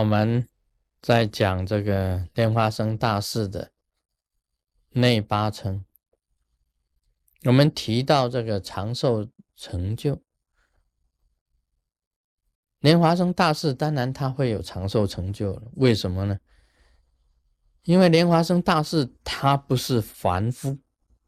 们在讲这个莲花生大士的内八层，我们提到这个长寿成就，莲花生大士当然他会有长寿成就了，为什么呢？因为莲花生大士他不是凡夫，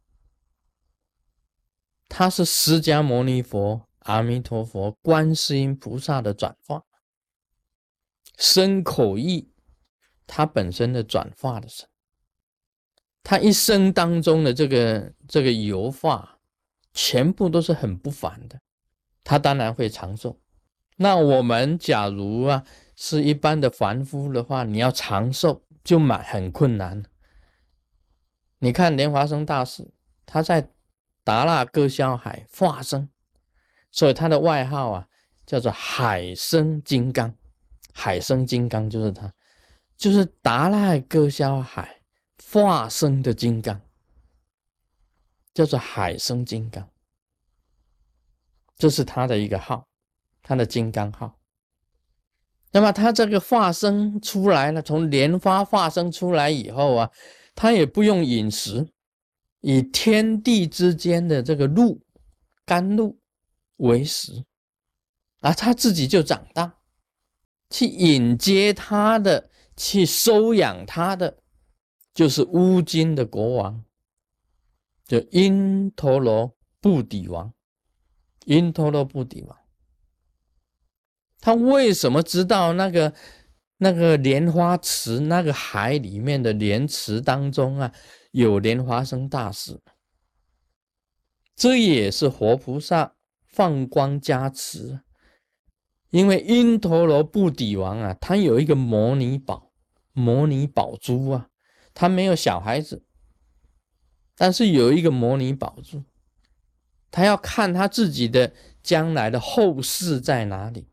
他是释迦牟尼佛、阿弥陀佛、观世音菩萨的转化，身口意他本身的转化的身，他一生当中的这个油化，全部都是很不凡的，他当然会长寿。那我们假如是一般的凡夫的话，你要长寿就很困难。你看莲花生大士，他在达那哥肖海化身，所以他的外号叫做海生金刚。海生金刚就是他，就是达那哥肖海化身的金刚，叫做海生金刚，这是他的一个号，他的金刚号。那么他这个化身出来了，从莲花化身出来以后他也不用饮食，以天地之间的这个露甘露为食，他自己就长大，去迎接他的，去收养他的，就是乌金的国王，就因陀罗布底王。因陀罗布底王他为什么知道那个莲花池那个海里面的莲池当中有莲花生大士？这也是活菩萨放光加持。因为因陀罗布底王他有一个摩尼宝珠他没有小孩子，但是有一个摩尼宝珠，他要看他自己的将来的后世在哪里，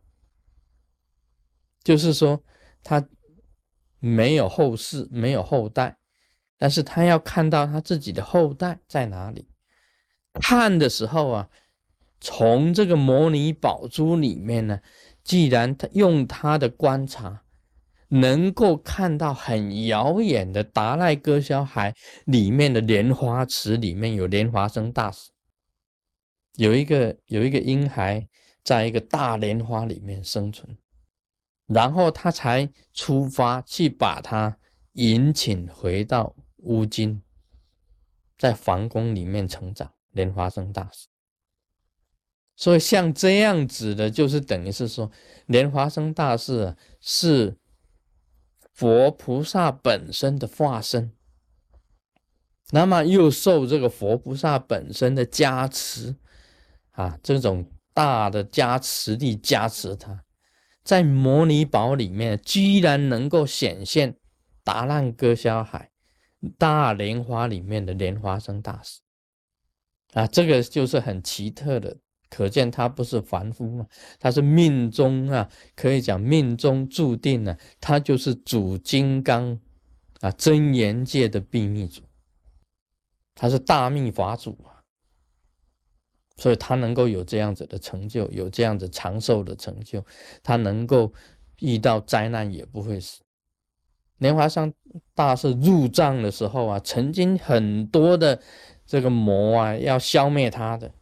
就是说他没有后世，没有后代，但是他要看到他自己的后代在哪里。看的时候从这个摩尼宝珠里面呢，既然他用他的观察能够看到很遥远的达赖哥肖海里面的莲花池里面有莲花生大士，有一个婴孩在一个大莲花里面生存，然后他才出发去把他引请回到乌金，在皇宫里面成长，莲花生大士。所以像这样子的，就是等于是说莲花生大士是佛菩萨本身的化身，那么又受这个佛菩萨本身的加持这种大的加持力加持他，在摩尼宝里面居然能够显现达那哥肖海大莲花里面的莲花生大士这个就是很奇特的，可见他不是凡夫嘛，他是命中可以讲命中注定他就是主金刚真言界的秘密主，他是大密法主所以他能够有这样子的成就，有这样子长寿的成就，他能够遇到灾难也不会死。莲花生大士入藏的时候曾经很多的这个魔要消灭他的，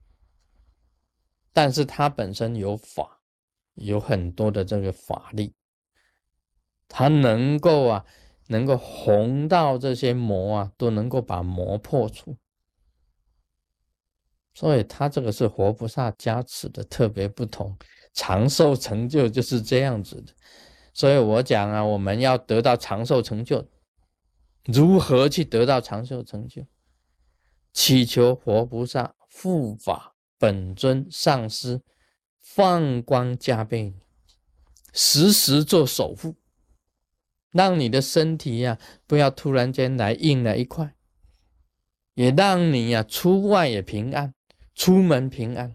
但是他本身有法，有很多的这个法力，他能够弘到这些魔都能够把魔破除。所以他这个是活菩萨加持的特别不同，长寿成就就是这样子的。所以我讲我们要得到长寿成就，如何去得到长寿成就？祈求活菩萨护法本尊上师放光加倍你，时时做守护，让你的身体不要突然间来硬了一块，也让你出外也平安，出门平安，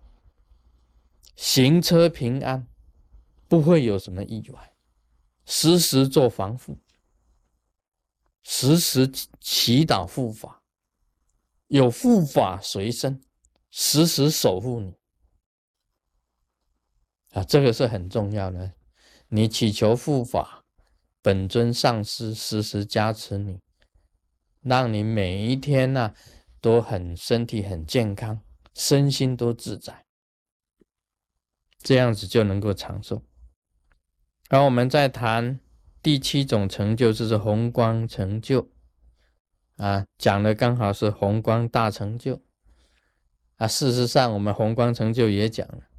行车平安，不会有什么意外，时时做防护，时时祈祷护法，有护法随身，时时守护你这个是很重要的。 你祈求护法，本尊上师时时加持你，让你每一天呢、都身体很健康，身心都自在，这样子就能够长寿。然后我们再谈第7种成就，就是红光成就讲的刚好是红光大成就事实上我们红光成就也讲了，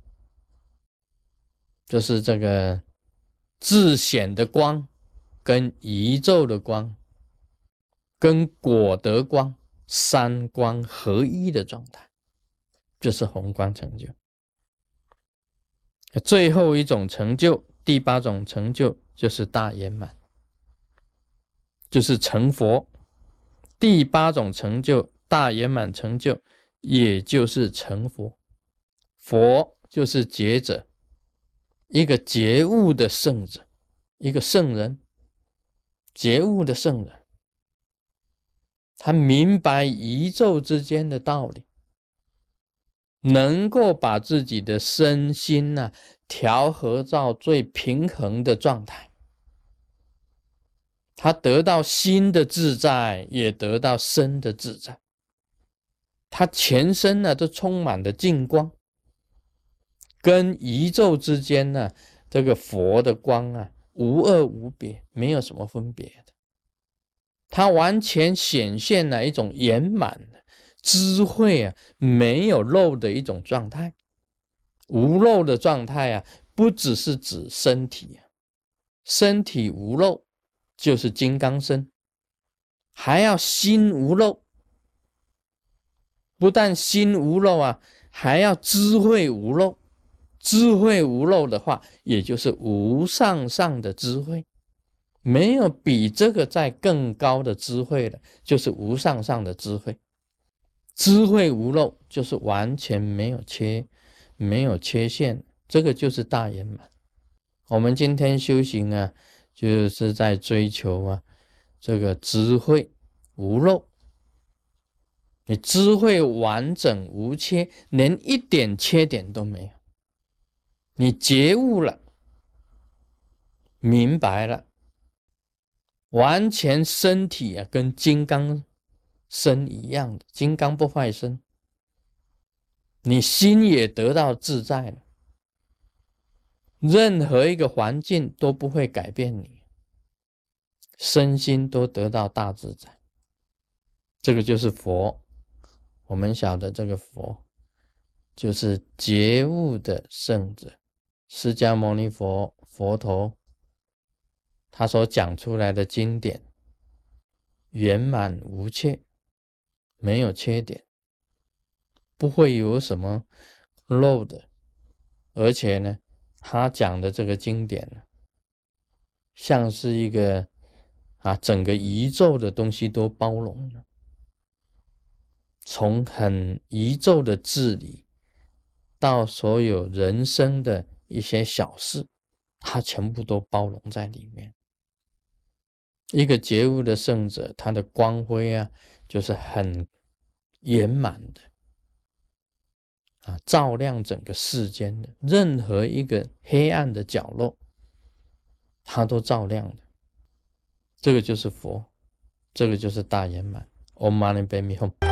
就是这个自显的光跟宇宙的光跟果德光三光合一的状态，就是红光成就。最后一种成就，第8种成就，就是大圆满，就是成佛。第8种成就，大圆满成就，也就是成佛。佛就是觉者，一个觉悟的圣者，一个圣人，觉悟的圣人，他明白宇宙之间的道理，能够把自己的身心调和到最平衡的状态，他得到心的自在，也得到身的自在，他全身都充满了净光，跟宇宙之间这个佛的光无二无别，没有什么分别的，它完全显现了一种圆满的智慧没有漏的一种状态。无漏的状态不只是指身体身体无漏就是金刚身，还要心无漏，不但心无漏还要智慧无漏。智慧无漏的话，也就是无上上的智慧，没有比这个再更高的智慧了，就是无上上的智慧。智慧无漏就是完全没有缺陷，这个就是大圆满。我们今天修行就是在追求这个智慧无漏，你智慧完整无缺，连一点缺点都没有。你觉悟了，明白了，完全身体跟金刚身一样的，金刚不坏身，你心也得到自在了，任何一个环境都不会改变你，身心都得到大自在，这个就是佛。我们晓得这个佛就是觉悟的圣者，释迦牟尼佛佛陀他所讲出来的经典圆满无缺，没有缺点，不会有什么漏的，而且呢他讲的这个经典像是一个整个宇宙的东西都包容了，从很宇宙的治理到所有人生的一些小事，它全部都包容在里面。一个觉悟的圣者，他的光辉就是很圆满的照亮整个世间的任何一个黑暗的角落，它都照亮了。这个就是佛，这个就是大圆满。Om Mani Padme Hum。